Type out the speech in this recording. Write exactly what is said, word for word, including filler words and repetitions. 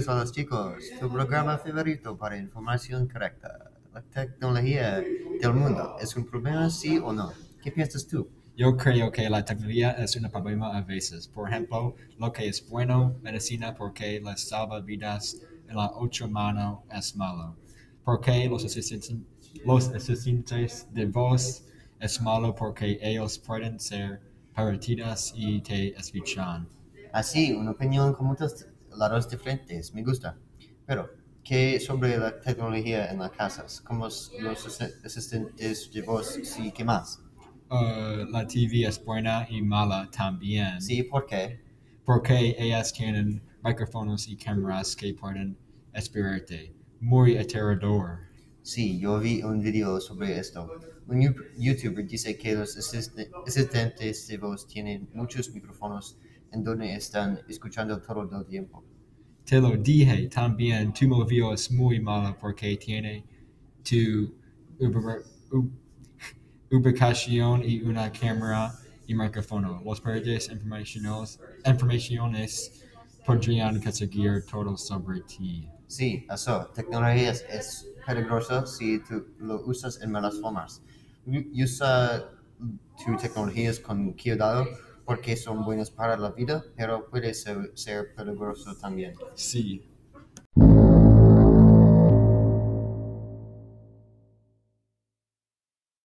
Bienvenidos a los chicos, tu programa favorito para información correcta. ¿La tecnología del mundo es un problema, sí o no? ¿Qué piensas tú? Yo creo que la tecnología es un problema a veces. Por ejemplo, lo que es bueno, medicina porque les salva vidas, en la otra mano es malo. Porque los asistentes, los asistentes de voz es malo porque ellos pueden ser partidas y te escuchan. Así, una opinión con muchos lados diferentes, me gusta. Pero, ¿qué sobre la tecnología en las casas? Como los asi- asistentes de voz, sí, ¿qué más? Uh, la T V es buena y mala también. Sí, ¿por qué? Porque ellas tienen micrófonos y cámaras que pueden espirarte. Muy aterrador. Sí, yo vi un video sobre esto. Un yu- youtuber dice que los asiste- asistentes de voz tienen muchos micrófonos en donde están escuchando todo el tiempo. Te lo dije también, tu móvil es muy malo porque tiene tu ubica- u- ubicación y una cámara y micrófono. Los perdes informaciones, informaciones podrían conseguir todo sobre ti. Sí, eso, tecnología es, es peligroso si tú lo usas en malas formas. U- Usa tu tecnologías con cuidado porque son buenas para la vida, pero puede ser, ser peligroso también. Sí,